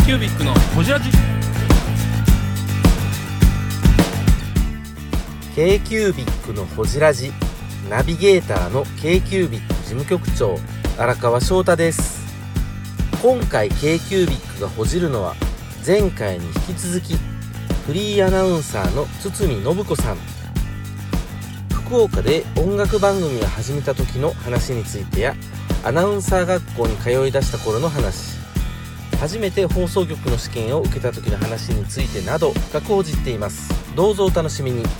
K-Cubic のホジラジ。 K-Cubic のホジラジ、ナビゲーターの K-Cubic 事務局長荒川翔太です。今回 K-Cubic がほじるのは前回に引き続きフリーアナウンサーの堤信子さん。福岡で音楽番組を始めた時の話についてや、アナウンサー学校に通い出した頃の話、初めて放送局の試験を受けた時の話についてなど深く報じっています。どうぞお楽しみに。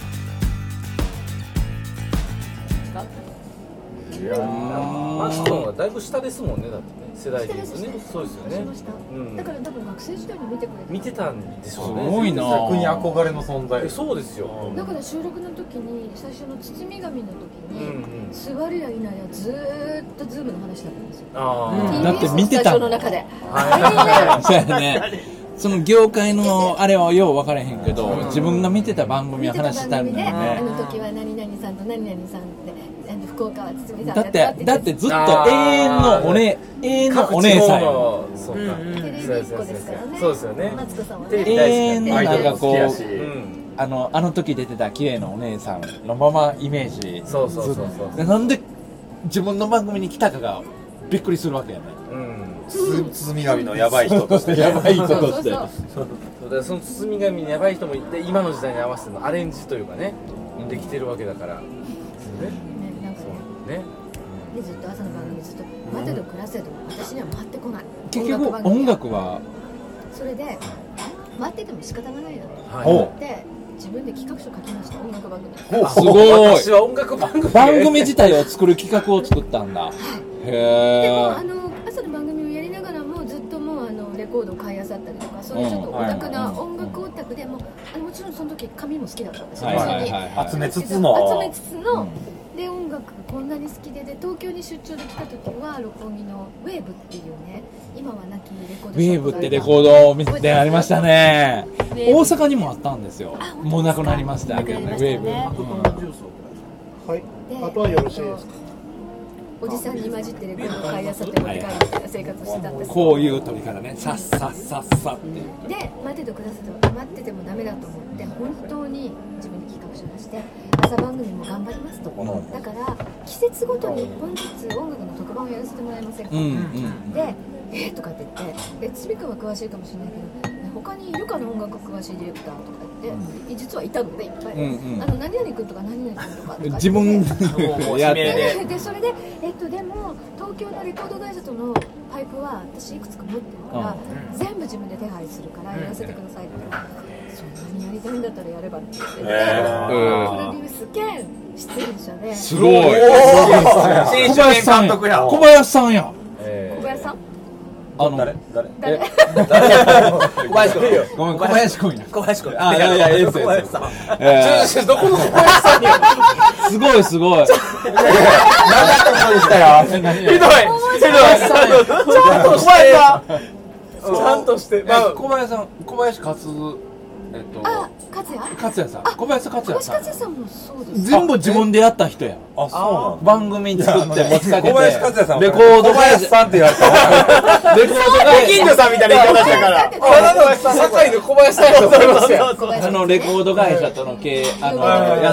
マキ君はだいぶ下ですもんね、だってね、世代でいうとね。そうですよね、 だから多分学生時代に見てたんでしょうね。 すごいな。 逆に憧れの存在。 そうですよ。 だから収録の時に最初の包み紙の時に、座るやいないやずーっとズームの話だったんですよ。 だって見てたスタジオの中で。 そうやね。その業界のあれはよう分からへんけど、自分が見てた番組を話したんだよね。 あの時は何々さんと何々さんって福岡は堤さんだってずっと永遠のお姉さんや。 そうか。 テレビ1個ですからね。 そうですよね。 マツコさんは永遠のなんかこう、あの時出てた綺麗なお姉さんのままイメージ。そうなんで自分の番組に来たかがびっくりするわけやね。 包み紙のヤバい人としてヤバい人として。 その包み紙のヤバい人もいて、今の時代に合わせてのアレンジというかね、できてるわけだから。ね。 でずっと朝の番組ずっと待てど暮らせど私には回ってこない。 結局音楽はそれで待ってても仕方がないなと思って自分で企画書書きました。音楽番組。 すごい。 私は音楽番組自体を作る企画を作ったんだ。へでもえ。 朝の番組をやりながらもずっともうレコードを買い漁ったりとか、そういうちょっとオタクな音楽オタクでももちろんその時紙も好きだったんですよ。 集めつつので音楽こんなに好きで東京に出張で来た時は六本木のウェーブっていうね、今はなきレコードショップがウェーブってレコードでありましたね。大阪にもあったんですよ。もうなくなりましたけどね、ウェーブ。 はい。あとはよろしいですか。 おじさんに混じってレコードを買い漁って持って帰るみたいな生活をしてたんです。 こういう鳥からね、さっさっさっさってで待てど暮らせど待っててもダメだと思って本当に自分で企画書出して朝番組も頑張りますと。だから季節ごとに1本ずつ音楽の特番をやらせてもらえませんか。でとかって言って、堤君は詳しいかもしれないけど他にいるかな音楽詳しいディレクターとか言って、実はいたのでいっぱい、何々君とか何々君とか自分やってでそれででも東京のレコード会社とのパイプは私いくつか持ってるから、全部自分で手配するからやらせてくださいって、そんなにやりたいんだったらやればって言ってプロデュース兼出演者で。 すごい。 新主演監督や。 小林さんや。 小林さん。 誰小林君。ごめん、小林君や。 小林君。 いや、ええ小林さん。 どこの小林さんや。 すごいすごい。 何だったことにしたよ。 ひどい。ちゃんとして。ちゃんとして。 小林さん、小林勝也さん。小林克也さん。全部自分でやった人や。 あ、そうなの。 番組に作って持ちかけて。 小林克也さん。 レコード小林さんって言われた。 レコード会社。 近所さんみたいな言い方したから。 堺の小林さんやと思いますよ。 レコード会社との経営やって。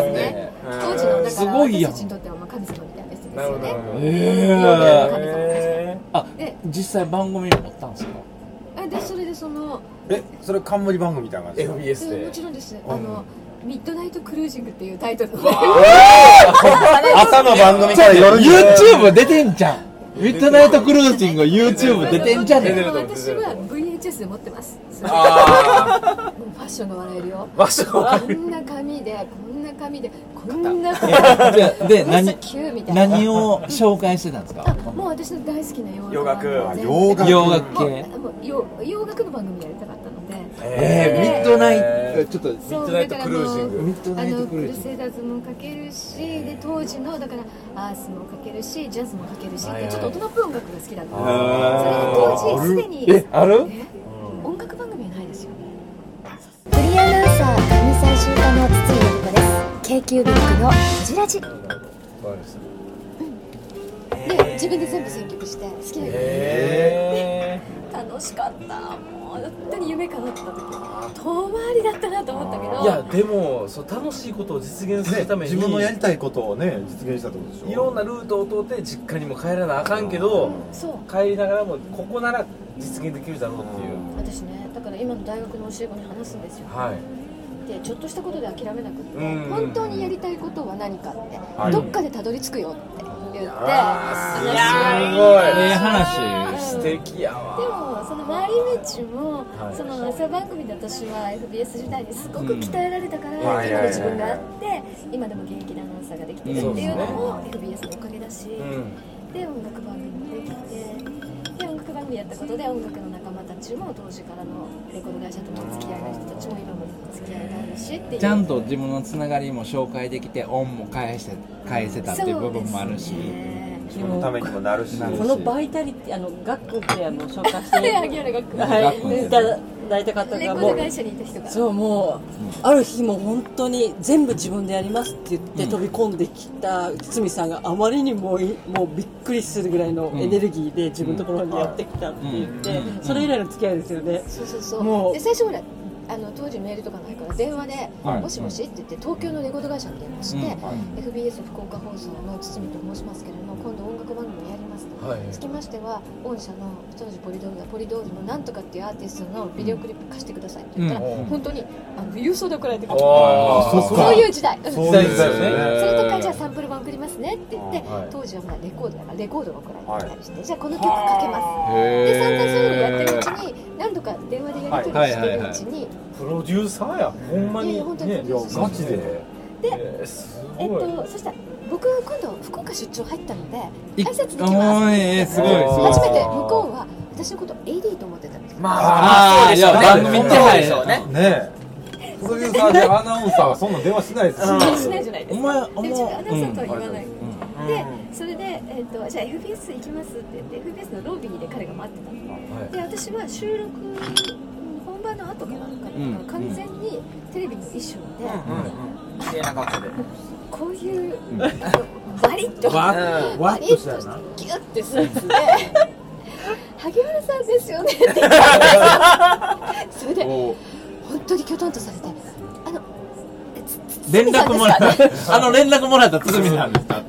当時のだからすごいやん。 私たちにとっては神様みたいな人ですよね。 あ、実際番組に持ったんですか。 でそれでそれ冠番組みたいな感じ。 FBS で。 もちろんです。ミッドナイトクルージングっていうタイトルで朝の番組から夜に YouTube 出てんじゃん。ミッドナイトクルージング YouTube 出てんじゃねえ。 私は VHS で持ってます。ファッションが笑えるよ。こんな紙でこんなで何を紹介してたんですか。 もう私の大好きな洋楽系。 洋楽の番組やりたかったので。 ミッドナイトちょっとミッドナイトクルージング。 クルセイダーズもかけるし、で当時のだからアースもかけるし、ジャズもかけるし、ちょっと大人っぽい音楽が好きだったので、それが当時すでにある？ 音楽番組はないですよね。 フリーアナウンサー上最終課の堤信子です。K-Cubic のホジラジ。 で自分で全部選曲して好きな曲。 楽しかった。もう本当に夢叶った時遠回りだったなと思ったけど、 いやでもそう楽しいことを実現するために、 自分のやりたいことをね実現したってことでしょ。 いろんなルートを通って実家にも帰らなあかんけど、 そう帰りながらもここなら実現できるだろうっていう。 私ね、だから今の大学の教え子に話すんですよ。でちょっとしたことで諦めなくって、本当にやりたいことは何かって、どっかでたどり着くよって言って話素敵やわ。 でもその回り道も、その朝番組で私は FBS 時代にすごく鍛えられたから、今の自分があって今でも現役でアナウンサーができてるっていうのも FBS のおかげだし、で音楽番組もできて、で音楽番組やったことで音楽の仲間たちも当時からのレコード会社との付き合いの人たちも今も付き合いがあるしっていう、 ちゃんと自分のつながりも紹介できて恩も返せたっていう部分もあるし、 人のためにもなるし、 このバイタリティ、ガックって紹介していいただいた方がもう、そうもうある日も本当に全部自分でやりますって言って飛び込んできた堤さんがあまりにももうびっくりするぐらいのエネルギーで自分のところにやってきたって言って、それ以来の付き合いですよね。 そうもうで最初ほら当時メールとかないから電話で、もしもしって言って東京のレコード会社に電話して、FBS 福岡放送の堤と申しますけれども、今度音楽番組やりますと、つきましては御社の当時ポリドールのなんとかっていうアーティストのビデオクリップ貸してくださいって言ったら、本当に郵送で送られてくる、そういう時代、その時からじゃあサンプル版送りますねって言って、当時はまだレコードだからレコードが送られてきたりして、じゃあこの曲かけます、で散々そういうのやってるうちに何度か電話でやり取りしてるうちに、 プロデューサーや、ほんまに本当にガチで。 で、そしたら僕今度福岡出張入ったので挨拶できます。 すごい初めて向こうは私のこと AD と思ってたんですよ。 そうでしょうね。番組手配でしょうね。 ねえ、プロデューサーでアナウンサーはそんな電話しないですよ。 しないじゃないですか。でうちがアナウンサーとは言わない。でそれでじゃあ FBS 行きますって言って FBS のロビーで彼が待ってたの。で私は収録本番の後かなんか完全にテレビの衣装で、 綺麗な格好で、 こういうバリッとギュッてスーツで萩原さんですよねって言ったそれで本当にきょとんとされて、 連絡もらった連絡もらった堤さんですかって。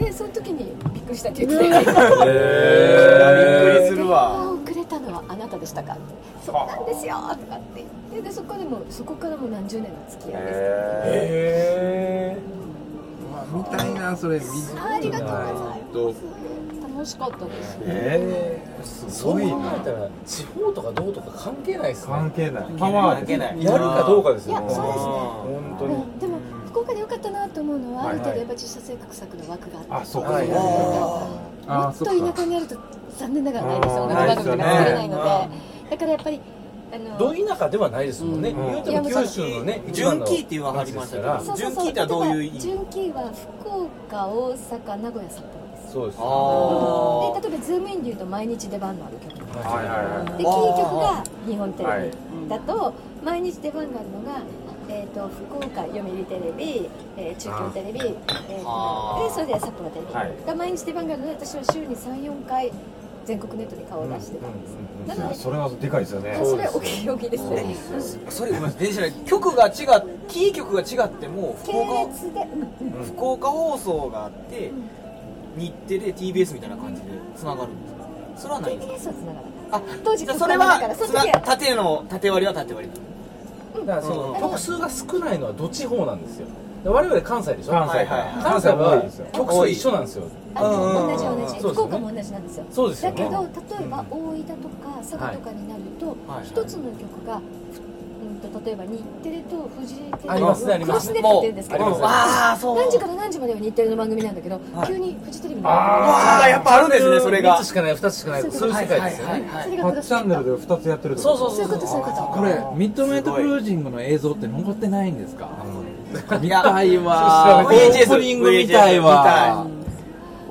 でその時にびっくりしたって言ってびっくりするわ。 遅れたのはあなたでしたかって、そうなんですよとかって言って、でそこからも何十年の付き合いです。 見たいなそれ。 ありがとうございます。楽しかったです。 そう考えたら地方とかどうとか関係ないですね。 関係ない。パワーやるかどうかですよ。 いやそうですね。 本当に。 でも福岡で良かったなと思うのは、ある程度やっぱ実写制作の枠があって、 そうか。 もっと田舎にあると残念ながらないです。音楽番組が作れないので、だからやっぱりど田舎ではないですもんね。言うても九州のね、 純キーっていうのがありましたから。純キーってはどういう意味？ 純キーは福岡、大阪、名古屋、札幌です。 そうです。 で例えばズームインでいうと毎日出番のある曲。でキー局が日本テレビだと毎日出番があるのが。福岡読売テレビ、中京テレビ、それで札幌テレビが毎日出番があるので、私は週に 3,4 回全国ネットに顔を出してたんです。なのでそれはでかいですよね。 それ大きいですね。 それごめんなさい、曲が違ってキー局が違っても福岡放送があって日テレ TBS みたいな感じでつながるんですか？それはないんですか？ TBS はつながらない。当時それは縦割りは縦割りだからその曲数が少ないのはど地方なんですよ。我々関西でしょ。関西は曲数一緒なんですよ。 同じ福岡も同じなんですよ。 そうですよね。 だけど例えば大分とか佐賀とかになると一つの曲が例えば日テレとフジテレビありますね、ありますね。 クロスネットって言うんですけど、何時から何時までは日テレの番組なんだけど、急にフジテレビの番組になっちゃう。 やっぱあるんですね、それが。 3つしかない、2つしかない、そういう世界ですよね。 8チャンネルで2つやってる。 そういうこと。 これミッドナイトクルージングの映像って残ってないんですか？見たいわ。オープニング見たいわ。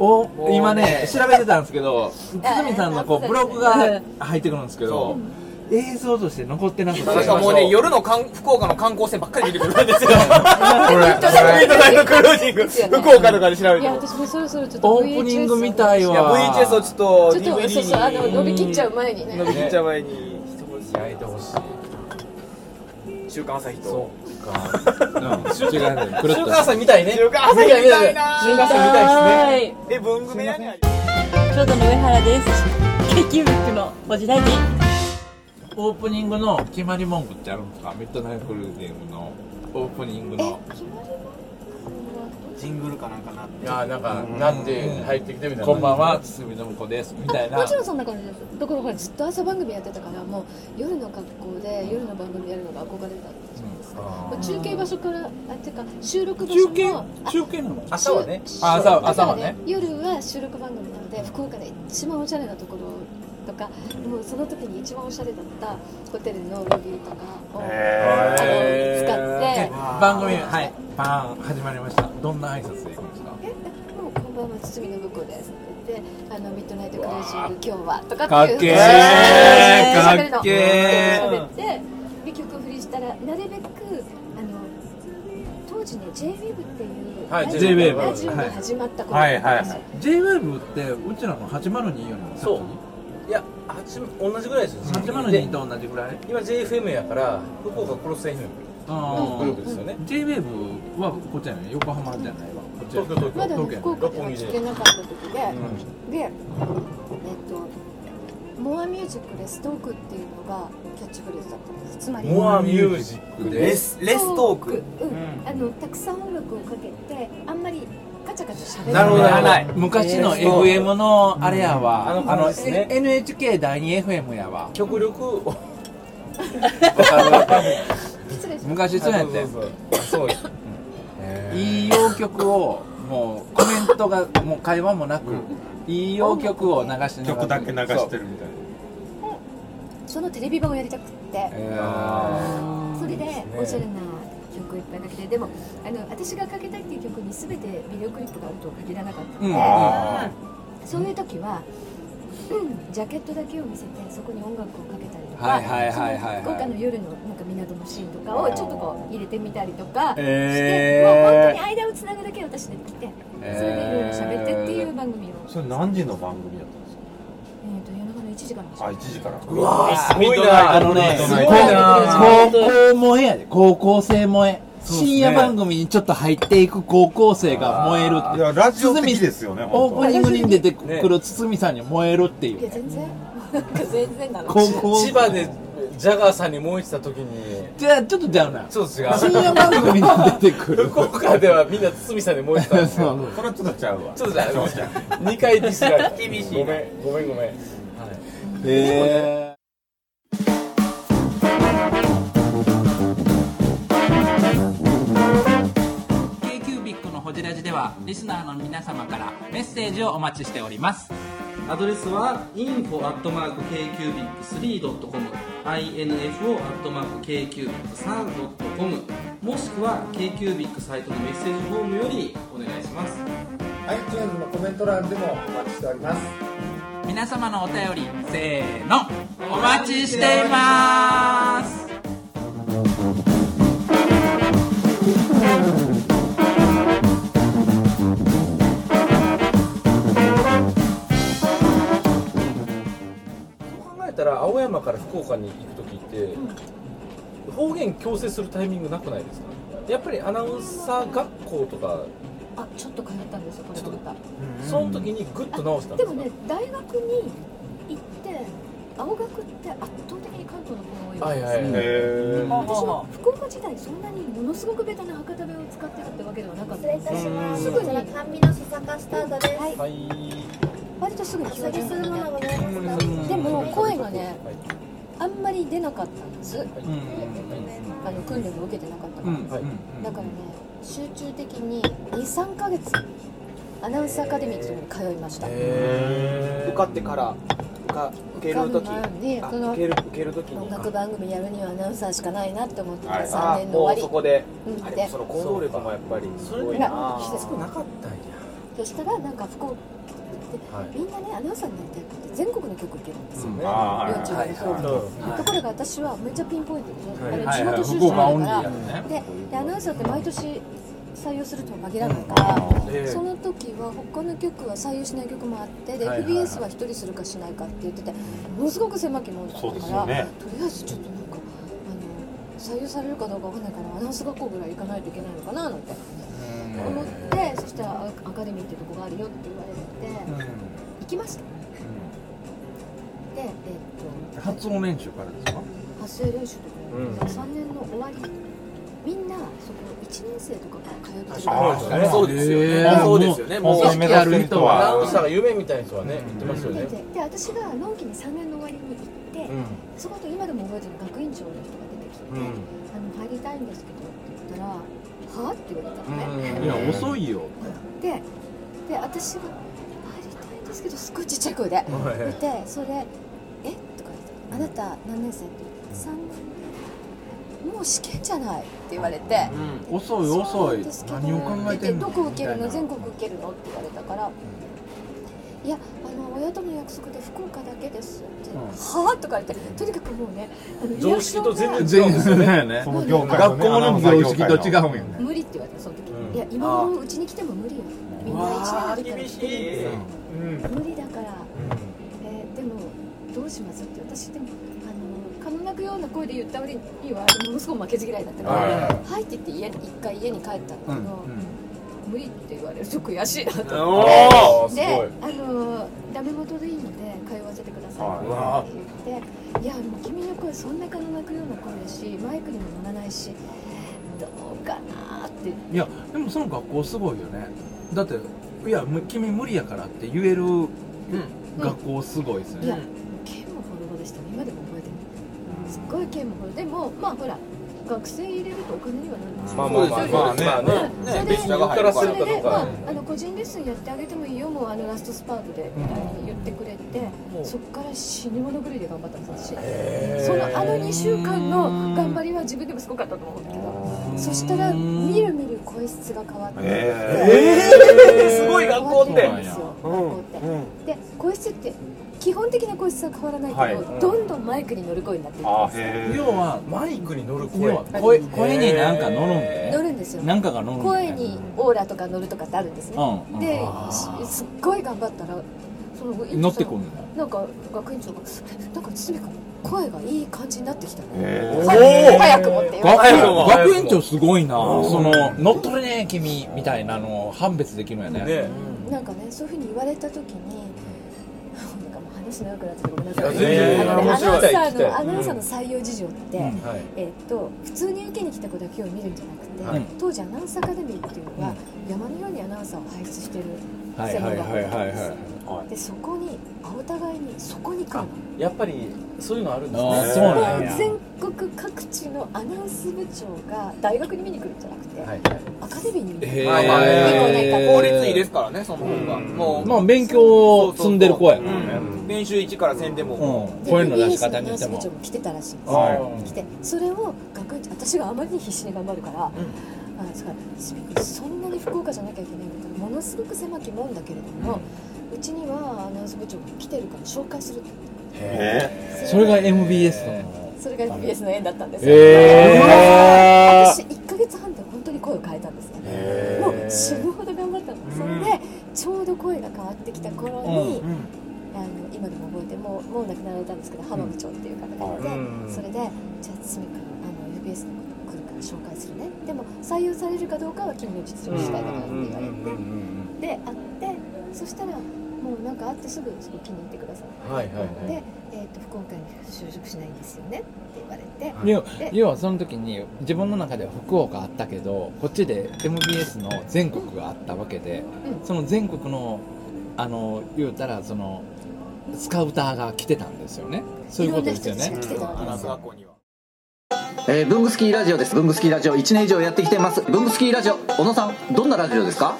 今ね調べてたんですけど、堤さんのブログが入ってくるんですけど、 映像として残ってなくて、 なんかもうね、夜の福岡の観光船ばっかり見てくるんですよ。ミッドナイトクルージング、福岡とかで調べて。 いや、私もそろそろちょっと VHS オープニングみたいわ。 いや、VHS をちょっと DVD にそうそう、伸びきっちゃう前にね。 伸びきっちゃう前に焼いてほしい。 週刊朝日と。 そうか。 週刊朝見たいね。 週刊朝日見たいな。 週刊朝日見たいですね。 文具部屋にある。 ちょうどの上原です。k q ビックのホジラジ。 オープニングの決まり文句ってあるんですか？ミッドナイトクルージングのオープニングのジングルかなんかなって。 いやなんかなって入ってきてみたいな。 こんばんは、堤信子ですみたいな。 もちろんそんな感じです。だからほらずっと朝番組やってたからもう夜の格好で夜の番組やるのが憧れたんですよ。中継場所からっていうか収録場所も中継なの？ 朝はね。 朝はね。 夜は収録番組なので福岡で一番おしゃれなところとかもうその時に一番おしゃれだったホテルのロビーとかを使って番組はいパーン始まりました。どんな挨拶でいくんですか？ もうこんばんは堤信子ですって言ってミッドナイトクルージング今日はとかかっけーかっけー喋ってで曲を振りしたらなるべく当時ね J-WAVE っていうはい J-WAVE ラジオが始まった頃はいはいはい J-WAVE ってうちらの8024よりそういや同じぐらいですよ。 802と同じぐらい。 今 JFM やから福岡クロス FM のグループですよね。 J-WAVE はこっちやね。横浜じゃないわ。こっち東京まだね福岡では聞けなかった時でモアミュージックレストークっていうのがキャッチフレーズだったんです。つまりモアミュージックレストーク。 たくさん音楽をかけてあんまりカチャカチャ喋なるほどない昔の FM のあれやわ、 ね、 NHK 第2 FM やわ。 極力昔そうやってそういい洋曲をもうコメントがもう会話もなく、いい洋曲を流して曲だけ流してるみたいな。 そのテレビ版をやりたくって、それでおしゃれな曲いっぱいかけて、でも私がかけたいっていう曲に全てビデオクリップがあるとは限らなかったので、そういう時は、ジャケットだけを見せてそこに音楽をかけたりとか、福岡の夜のなんか港のシーンとかをちょっとこう入れてみたりとかして、もう本当に間をつなぐだけ私で来て、それでいろいろ喋ってっていう番組を。 それ何時の番組だったんですか？ 夜中の1時からでしょ。 1時から。 うわーすごいな。高校萌えやで。高校生萌え。深夜番組にちょっと入っていく高校生が燃えるっていう。 いやラジオ的ですよね。 オープニングに出てくる堤さんに燃えるっていう。 いや全然なの。 千葉でジャガーさんに燃えてた時にじゃあちょっとちゃうな。 そうですよ。 深夜番組に出てくる。 福岡ではみんな堤さんに燃えてたんですよ。 これはちょっとちゃうわ。 ちょっとじゃ2回ディスが厳しい。ごめん。 K-Cubic のホジラジではリスナーの皆様からメッセージをお待ちしております。 アドレスは info@kcubic3.com info@kcubic3.com もしくは K-Cubic サイトのメッセージフォームよりお願いします。 iTunes のコメント欄でもお待ちしております。 皆様のお便りせーのお待ちしています。 たら青山から福岡に行くときって方言矯正するタイミングなくないですか？やっぱりアナウンサー学校とかちょっと通ったんですよこれまた。 その時にグッと直したんですか？ でもね大学に行って青学って圧倒的に関東の子が多いわけですよ。私は福岡時代そんなにものすごくベタな博多弁を使ってたってわけではなかった。失礼いたします。すぐに甘味のしさかスタートです。割とすぐに標準語になって、でも声がねあんまり出なかったんです。訓練も受けてなかったから、だからね集中的に 2,3 ヶ月アナウンスアカデミーっていうのに通いました。 受かってから受ける時に音楽番組やるにはアナウンサーしかないなって思ってた3年の終わり。 そこでその行動力もやっぱりすごいな。 きつくなかったんや。 そしたらなんか福岡で、みんなねアナウンサーになりたい子って全国の局行けるんですよね、45のところが私はめっちゃピンポイントでね、地元出身だからでアナウンサーって毎年採用するとは限らないから、その時は他の局は採用しない局もあって、で FBS は1人するかしないかって言ってて、ものすごく狭きものだったから、とりあえずちょっとなんか採用されるかどうかわかんないからアナウンス学校ぐらい行かないといけないのかななんて思って、そしたらアカデミーっていうとこがあるよって言われて、行きました。で、 発音練習からですか？ 発声練習とか、3年の終わりみんなそこ1年生とかから通ってる。 そうですよね。そうですよね。もう目指す人はアナウンサーが夢みたいな人はね言ってますよね。 で私がのんきに3年の終わりに行って、そこで今でも覚えてる学院長の人が出てきて、入りたいんですけどって言ったら、はぁって言われたのね。 いや遅いよ。 で私が入りたいんですけどすっごいちっちゃい声で言って、それでとか言って、あなた何年生って3年。もう試験じゃないって言われて、 遅い何を考えてんの、 どこ受けるの、全国受けるのって言われたから、いや親との約束で福岡だけですって、はぁとか言って、とにかくもうね常識と全然違うんですよね。 その業界学校の常識と違うんよね。 無理って言われたその時、いや今のうちに来ても無理よ、みんな1年の時から来てるんですよ、無理だから、でもどうしますって私でも可能なくような声で言った割にはものすごく負けず嫌いだったから、はいって言って一回家に帰ったんだけど、無理って言われると悔しいなと思って、でダメ元でいいので通わせてくださいって言って、いやもう君の声そんな可能なくような声だし、マイクにも乗らないしどうかなって。 いやでもその学校すごいよね。だっていや君無理やからって言える学校すごいですよね。 いや剣もほどほどでしたね。今でも覚えてる。すっごい剣もほどでもまあほら学生入れるとお金にはなるんですよ。 まあね。別にからするかどうか。 個人レッスンやってあげてもいいよ、もうラストスパートでみたいに言ってくれて、そっから死に物狂いで頑張ったんです私。その2週間の頑張りは自分でもすごかったと思うんだけど、そしたらみるみる声質が変わって、 すごい学校って。 で声質って基本的な声質は変わらないけど、どんどんマイクに乗る声になっていくんですよ。 要はマイクに乗る声になんか乗るんで、 乗るんですよ。 なんかが乗るんで、 声にオーラとか乗るとかってあるんですね。ですっごい頑張ったらその乗ってくるの。 なんか学院長がなんか堤君声がいい感じになってきたね。早くもって言われて。 学園長すごいな。その乗っとるね君みたいなのを判別できるんやね。 なんかねそういうふうに言われた時に。話長くなってごめんなさい。アナウンサーの採用事情って、普通に受けに来た子だけを見るんじゃなくて、当時アナウンスアカデミーっていうのは山のようにアナウンサーを輩出してる専門学校だったんですよ。でそこにお互いにそこに来るの。 やっぱりそういうのあるんですね。全国各地のアナウンス部長が大学に見に来るんじゃなくて、アカデミーに見に来る。 効率いいですからね、その方が。 もう勉強を積んでる子やからね。 練習1から1000でも声の出し方によっても部長も来てたらしいんですよ。来てそれを私があまりに必死に頑張るから、そんなに福岡じゃなきゃいけないんだったらものすごく狭きもんだけれども、うちにはアナウンス部長が来てるから紹介するって言って。 それが MBS の。 それが MBS の縁だったんですよ。私1ヶ月半で本当に声を変えたんですよ。もう死ぬほど頑張ったの。それでちょうど声が変わってきた頃に。今でも覚えてもう亡くなられたんですけど、浜部長っていう方がいて、それでじゃあ堤君UBS のこと来るから紹介するね、でも採用されるかどうかは君の実力次第だからって言われて、で会ってそしたらもうなんか会ってすぐ気に入ってください、で、福岡に就職しないんですよねって言われて、 要はその時に自分の中では福岡あったけどこっちで MBS の全国があったわけで、その全国の言うたらそのスカウターが来てたんですよね。そういうことですよね。 アナウンス学校には。 ブングスキーラジオです。ブングスキーラジオ1年以上やってきてます。ブングスキーラジオ、小野さんどんなラジオですか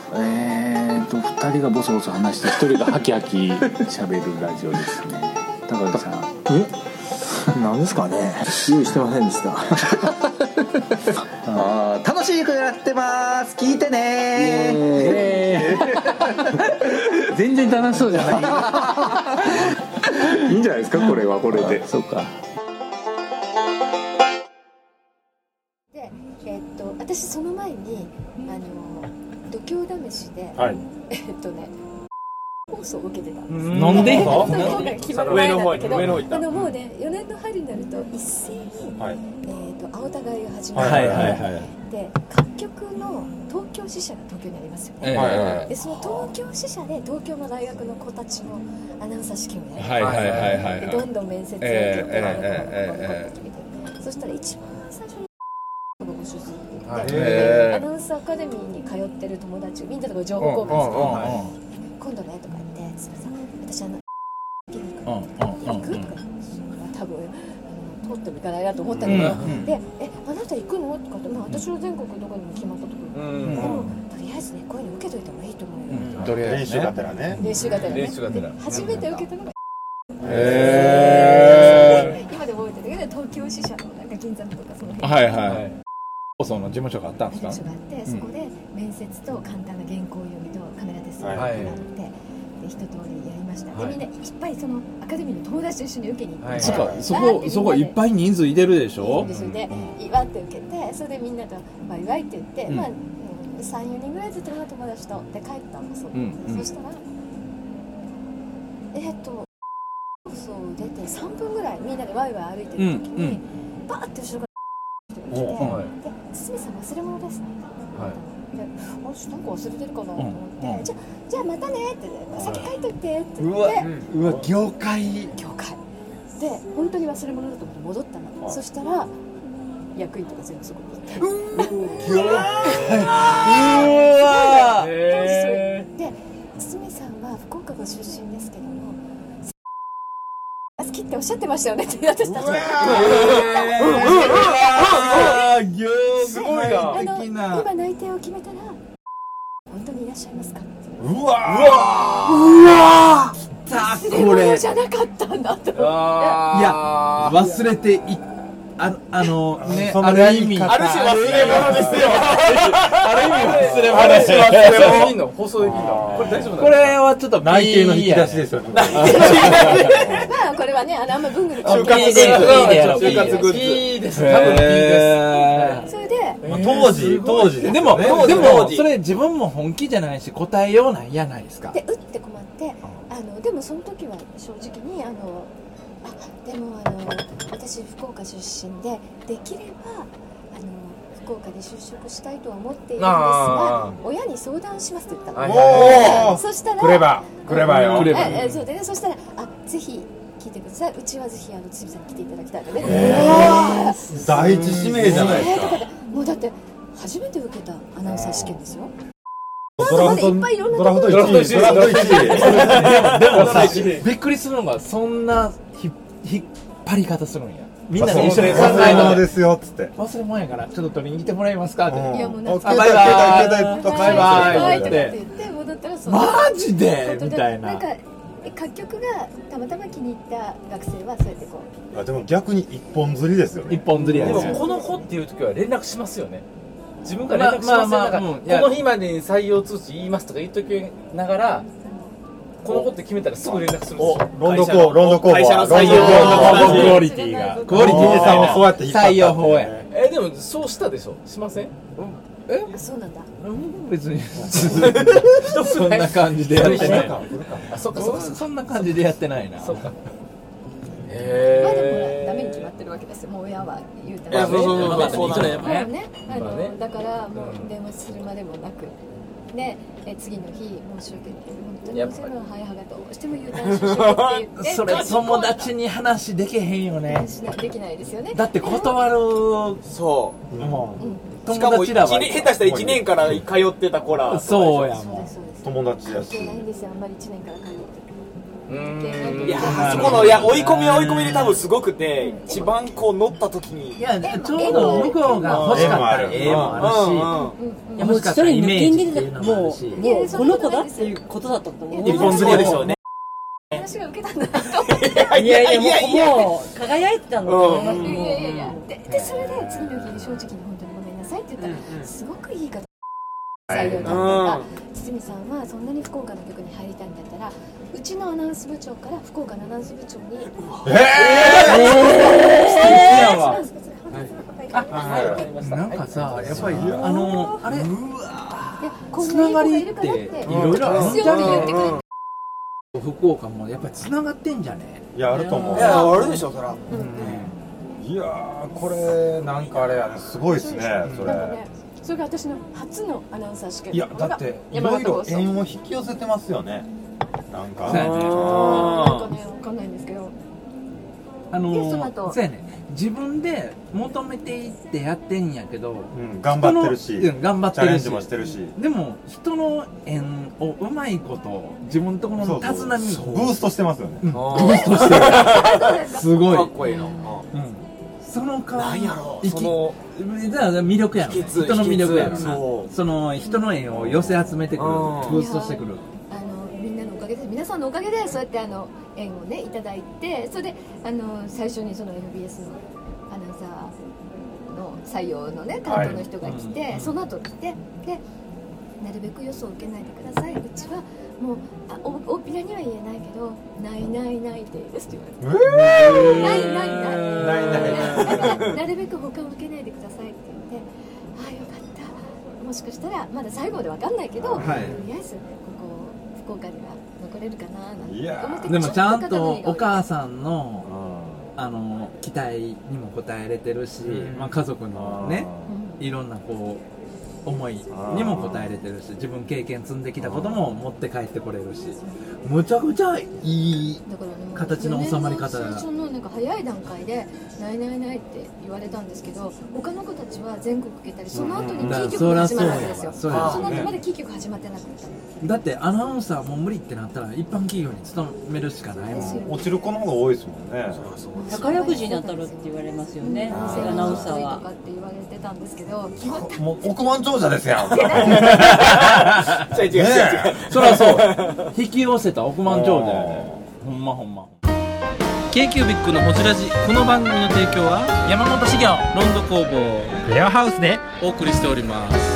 ？2人がボソボソ話して1人がハキハキ喋るラジオですね。高木さん何ですかね、用意してませんでした楽しくやってます。聞いてね。 全然楽しそうじゃない。 いいんじゃないですか、これはこれで。 そうか。 で、私その前に度胸試しで、放送を受けてたんです。 なんで？ 決まる前なんだけど、もうね4年の春になると一斉に青田狩りが始まる。で各局の東京支社が東京にありますよね。でその東京支社で東京の大学の子たちのアナウンサー試験をやる。どんどん面接を受けて、そしたら一番最初にご出身でアナウンサーアカデミーに通ってる友達みんなと情報交換する。今度ねとか言って、私行くとか多分通っても行かないなと思ったんだけど、であなた行くのとかって、私の全国どこにも決まったところ、でもとりあえずねこういうの受けといた方がいいと思うよ。 練習がてらね。 練習がてらね。初めて受けたのが今で覚えてるけど、東京支社のなんか銀座とかその辺。 放送の事務所があったんですか？ 事務所があって、そこで面接と簡単な原稿読みとカメラテストがあって、一通りやりました。でみんないっぱいそのアカデミーの友達と一緒に受けに行って、 そこいっぱい人数いてるでしょ。 それで祝って受けて、それでみんなとバイバイって言って、3、4人ぐらいずっと友達とで帰ったんです。そしたら放送出て3分ぐらいみんなでワイワイ歩いてる時に、バーって後ろからで、堤さん忘れ物ですね。で、私なんか忘れてるかなと思って、じゃあまたねって先書いといてって言って、 うわ業界で本当に忘れ物だと思って戻ったの。そしたら役員とか全部そこにいて、で、堤さんは福岡ご出身ですけども、好きっておっしゃってましたよねって私たちがすごいな。 今内定を決めたら本当にいらっしゃいますか。 うわこれじゃなかったんだと。いや忘れていある意味忘れ物ですよ。 ある意味忘れ物。 放送できんの。これ大丈夫なの？ これはちょっと内定の引き出しですよね。 まあこれはね、あんま文具に就活グッズ。 いいです。 多分いいです。それで当時でもそれ自分も本気じゃないし答えようないやないですか。 でうって困って、でもその時は正直にでも私福岡出身でできれば福岡で就職したいとは思っているんですが、親に相談しますと言ったの。そしたらくればよ。 そうでね、そしたらぜひ聞いてください。うちはぜひ堤さんに来ていただきたいので。 第一指名じゃないですか。 もうだって初めて受けたアナウンサー試験ですよ。 ドラフト1位。 でもさ、びっくりするのがそんな引っ張り方するんや。みんなで一緒に考えたですよっつって。 忘れ物やからちょっと取りに来てもらえますかって。 いやもうなんかバイバイって言って戻ったらマジでみたいな。 なんか各局がたまたま気に入った学生はそうやってこう。でも逆に一本釣りですよね。 一本釣りやね。 でもこの子っていう時は連絡しますよね。自分から連絡しますよ。この日までに採用通知言いますとか言っときながら。この子って決めたらすぐ連絡するんですよ。 ロンド工房会社の採用クオリティがさんをそうやって採用法や。 でもそうしたでしょ？しません？ そうなんだ。 別にそんな感じでやってない。そんな感じでやってないな。 そうか。 まあでもダメに決まってるわけですよ。もう親は言うたら。 そうだね。 もうね、だからもう電話するまでもなく。で次の日申し訳ない本当に全部母がどうしても優待就職って言ってそれ友達に話できへんよね。 できないですよね。 だって断る。 そうもうしかも下手したら1年から通ってた子ら。 そうやもん。 友達やし。 関係ないんですよ。あんまり1年から通っていやそこの追い込みは追い込みで多分すごくて、一番こう乗った時にちょうど向こうが欲しかった絵もあるし、欲しかったイメージっていうのもあるし、 もうこの子だっていうことだったと思う。 一本釣りですよね。 私が受けたんだなと思って。 いやいや、もう輝いてたのと思います。 いやでそれで次の日に正直に本当にごめんなさいって言ったら、すごくいい方採用だったが、堤さんはそんなに福岡の局に入りたいんだったら、うちのアナウンス部長から福岡のアナウンス部長になんかさ、やっぱりあれつながりっていろいろあるんじゃねえ。福岡もやっぱりつながってんじゃねえ。いやあると思う。 いやあるでしょそら。 いやこれなんかあれやね、すごいですねそれ。 それが私の初のアナウンサー試験。 いやだっていろいろ縁を引き寄せてますよね。なんか。 なんかねわかんないんですけど。 そうやね。自分で求めていってやってんやけど、 頑張ってるし、 頑張ってるし、 チャレンジもしてるし。 でも人の縁をうまいこと自分のところの手綱にブーストしてますよね。 ブーストしてる。すごい。 かっこいいな。 その顔なんやろその魅力やろ、ね、人の魅力やろな。その人の縁を寄せ集めてくる、ブーストしてくる。 みんなのおかげで、皆さんのおかげでそうやって縁をねいただいて、それで最初にその MBS のアナウンサーの採用のね担当の人が来て、その後来て、でなるべくよそを受けないでください。うちはもう大っぴらには言えないけど、ないないないでいいですって言われて、ないないないなるべく他を受けないでくださいって言って、ああよかった、もしかしたらまだ最後まで分かんないけど、とりあえず福岡には残れるかななんて思って。 でもちゃんとお母さんの期待にも応えれてるし、家族のねいろんなこう思いにも応えれてるし、自分経験積んできたことも持って帰ってこれるし、むちゃくちゃいい形の収まり方。 最初のなんか早い段階でないないないって言われたんですけど、他の子たちは全国受けたり、その後にキー局が始まるわけですよ。その後までキー局始まってなかった。 だってアナウンサーもう無理ってなったら一般企業に勤めるしかないもん。 落ちる子の方が多いですもんね。 宝くじに当たるって言われますよね、アナウンサーは。 とかって言われてたんですけど、決まった。 もう億万長者ですやん。 そりゃそう。引き寄せた億万長者やね。ほんまほんま。 K-Cubic のホジラジ、この番組の提供は山本資源ロンド工房レアハウスでお送りしております。